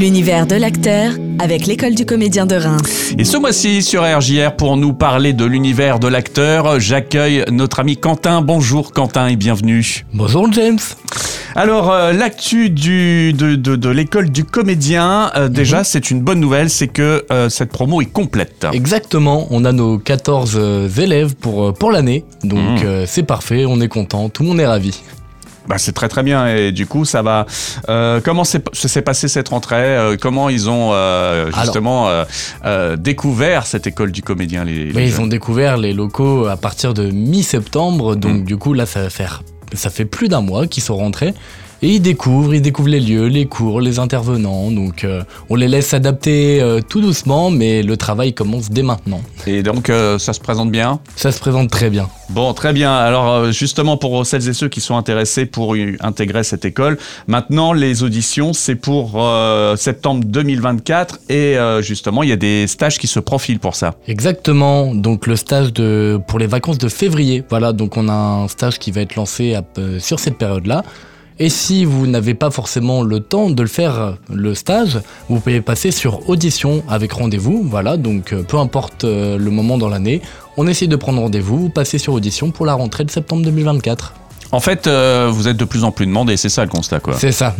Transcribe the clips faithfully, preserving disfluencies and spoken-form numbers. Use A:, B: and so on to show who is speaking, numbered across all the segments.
A: L'univers de l'acteur avec l'École du comédien de Reims.
B: Et ce mois-ci sur R J R, pour nous parler de l'univers de l'acteur, j'accueille notre ami Quentin. Bonjour Quentin et bienvenue.
C: Bonjour James.
B: Alors, euh, l'actu du, de, de, de l'École du comédien, euh, déjà, mm-hmm. c'est une bonne nouvelle, c'est que euh, cette promo est complète.
C: Exactement, on a nos quatorze euh, élèves pour, pour l'année, donc mm. euh, c'est parfait, on est content, tout le monde est ravi.
B: Bah, c'est très très bien et du coup ça va. Euh, comment s'est, s'est passé cette rentrée euh, Comment ils ont euh, justement Alors, euh, euh, découvert cette école du comédien les, les
C: oui, Ils ont découvert les locaux à partir de mi-septembre, donc mmh. du coup là ça va faire, ça fait plus d'un mois qu'ils sont rentrés. Et ils découvrent, ils découvrent les lieux, les cours, les intervenants. Donc euh, on les laisse s'adapter euh, tout doucement, mais le travail commence dès maintenant.
B: Et donc euh, ça se présente bien ?
C: Ça se présente très bien.
B: Bon, très bien. Alors justement pour celles et ceux qui sont intéressés pour intégrer cette école, maintenant les auditions c'est pour euh, septembre deux mille vingt-quatre et euh, justement il y a des stages qui se profilent pour ça.
C: Exactement. Donc le stage de pour les vacances de février. Voilà, donc on a un stage qui va être lancé à, euh, sur cette période-là. Et si vous n'avez pas forcément le temps de le faire, le stage, vous pouvez passer sur audition avec rendez-vous. Voilà, donc peu importe le moment dans l'année, on essaie de prendre rendez-vous, vous passez sur audition pour la rentrée de septembre deux mille vingt-quatre.
B: En fait, euh, vous êtes de plus en plus demandé, c'est ça le constat, quoi.
C: C'est ça.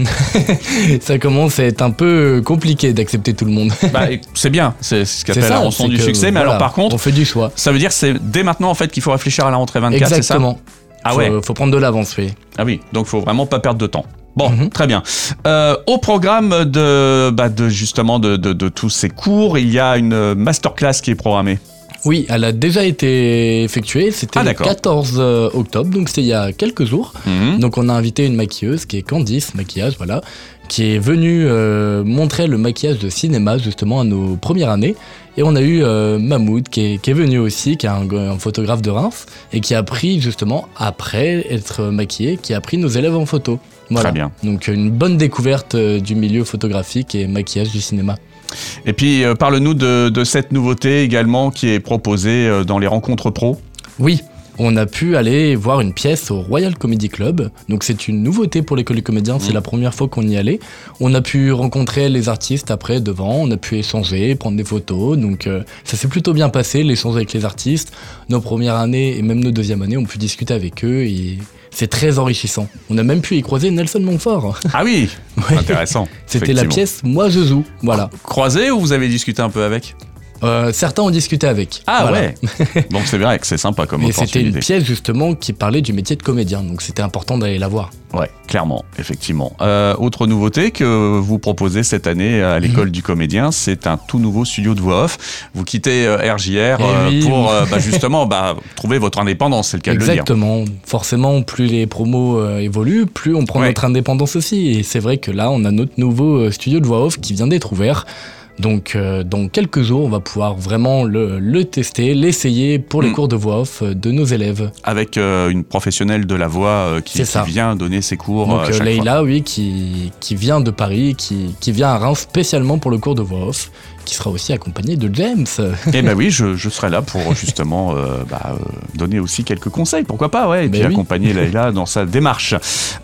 C: Ça commence à être un peu compliqué d'accepter tout le monde.
B: Bah, c'est bien, c'est ce qu'on appelle la rançon du succès. Mais voilà, alors par contre,
C: on fait du choix.
B: Ça veut dire que c'est dès maintenant en fait qu'il faut réfléchir à la rentrée vingt-quatre,
C: Exactement.
B: C'est ça ? Ah ouais.
C: Faut, faut prendre de l'avance, oui.
B: Ah oui, donc faut vraiment pas perdre de temps. Bon,
C: mm-hmm.
B: très bien. Euh, au programme de, bah de justement de, de, de tous ces cours, il y a une masterclass qui est programmée.
C: Oui, elle a déjà été effectuée, c'était
B: ah,
C: le quatorze octobre, donc c'était il y a quelques jours.
B: Mmh.
C: Donc on a invité une maquilleuse qui est Candice Maquillage, voilà, qui est venue euh, montrer le maquillage de cinéma justement à nos premières années. Et on a eu euh, Mahmoud qui est, qui est venu aussi, qui est un, un photographe de Reims, et qui a appris justement, après être maquillé, qui a appris nos élèves en photo. Voilà.
B: Très bien.
C: Donc une bonne découverte euh, du milieu photographique et maquillage du cinéma.
B: Et puis, euh, parle-nous de, de cette nouveauté également qui est proposée euh, dans les rencontres pro.
C: Oui, on a pu aller voir une pièce au Royal Comedy Club. Donc c'est une nouveauté pour l'École du comédien, c'est mmh. la première fois qu'on y allait. On a pu rencontrer les artistes après, devant, on a pu échanger, prendre des photos. Donc euh, ça s'est plutôt bien passé, l'échange avec les artistes. Nos premières années et même nos deuxièmes années, on a pu discuter avec eux et c'est très enrichissant. On a même pu y croiser Nelson Montfort.
B: Ah oui, ouais. Intéressant.
C: C'était la pièce Moi je joue, voilà.
B: Croisé ou vous avez discuté un peu avec ?
C: Euh, certains ont discuté avec.
B: Ah
C: voilà.
B: ouais. Donc c'est vrai que c'est sympa comme
C: Et
B: opportunité.
C: c'était une pièce justement qui parlait du métier de comédien, donc c'était important d'aller la voir.
B: Ouais, clairement, effectivement. Euh, autre nouveauté que vous proposez cette année à l'École mmh. du comédien, c'est un tout nouveau studio de voix off. Vous quittez euh, R J R euh, oui, pour oui. Euh, bah, justement bah, trouver votre indépendance, c'est le cas
C: Exactement.
B: de le dire.
C: Exactement. Forcément, plus les promos euh, évoluent, plus on prend ouais. notre indépendance aussi. Et c'est vrai que là, on a notre nouveau studio de voix off qui vient d'être ouvert. Donc euh, dans quelques jours, on va pouvoir vraiment le, le tester, l'essayer pour les mmh. cours de voix off de nos élèves.
B: Avec euh, une professionnelle de la voix euh, qui, qui vient donner ses cours.
C: Donc
B: euh, chaque
C: Leïla,
B: fois.
C: oui, qui, qui vient de Paris, qui, qui vient à Reims spécialement pour le cours de voix off, qui sera aussi accompagné de James.
B: Eh ben oui, je, je serai là pour justement euh, bah, euh, donner aussi quelques conseils, pourquoi pas, ouais, et mais puis oui. accompagner Leïla dans sa démarche.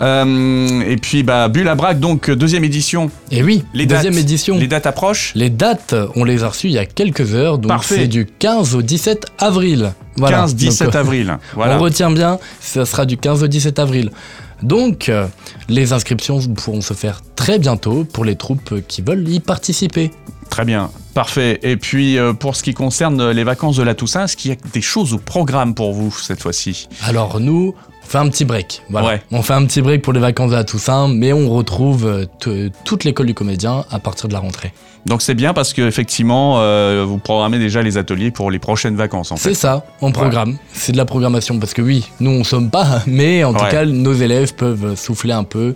B: Euh, et puis bah, Bulle à Brac, donc deuxième édition.
C: Et oui,
B: les
C: deuxième
B: dates,
C: édition.
B: Les dates approchent.
C: Les dates, on les a reçues il y a quelques heures, donc
B: Parfait.
C: C'est du quinze au dix-sept avril. Voilà.
B: quinze dix-sept avril. Voilà.
C: On retient bien, ça sera du quinze au dix-sept avril. Donc, euh, les inscriptions pourront se faire très bientôt pour les troupes qui veulent y participer.
B: Très bien, parfait. Et puis, euh, pour ce qui concerne les vacances de la Toussaint, est-ce qu'il y a des choses au programme pour vous cette fois-ci ?
C: Alors nous, on fait un petit break. Voilà.
B: Ouais.
C: On fait un petit break pour les vacances de la Toussaint, mais on retrouve t- toute l'école du comédien à partir de la rentrée.
B: Donc c'est bien parce qu'effectivement, euh, vous programmez déjà les ateliers pour les prochaines vacances en fait.
C: C'est ça, on programme. Ouais. C'est de la programmation parce que oui, nous on somme pas, mais en ouais. tout cas, nos élèves peuvent souffler un peu.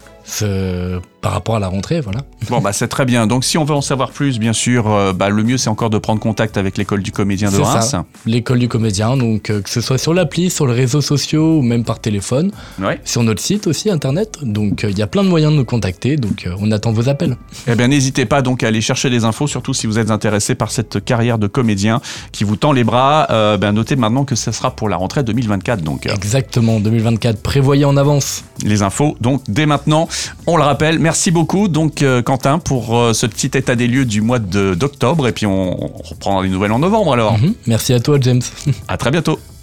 C: Ce... par rapport à la rentrée, voilà.
B: Bon, bah c'est très bien. Donc, si on veut en savoir plus, bien sûr, euh, bah, le mieux, c'est encore de prendre contact avec l'École du comédien de
C: c'est
B: Reims.
C: Ça, l'École du comédien, donc euh, que ce soit sur l'appli, sur les réseaux sociaux ou même par téléphone,
B: ouais.
C: sur notre site aussi, internet. Donc, il euh, y a plein de moyens de nous contacter, donc euh, on attend vos appels.
B: Eh bien, n'hésitez pas donc à aller chercher des infos, surtout si vous êtes intéressé par cette carrière de comédien qui vous tend les bras. Euh, ben, notez maintenant que ça sera pour la rentrée deux mille vingt-quatre. Donc,
C: Exactement, deux mille vingt-quatre. Prévoyez en avance.
B: Les infos, donc, dès maintenant. On le rappelle, merci. merci beaucoup donc euh, Quentin pour euh, ce petit état des lieux du mois de, d'octobre et puis on, on reprend les nouvelles en novembre alors.
C: Mm-hmm. Merci à toi James.
B: À très bientôt.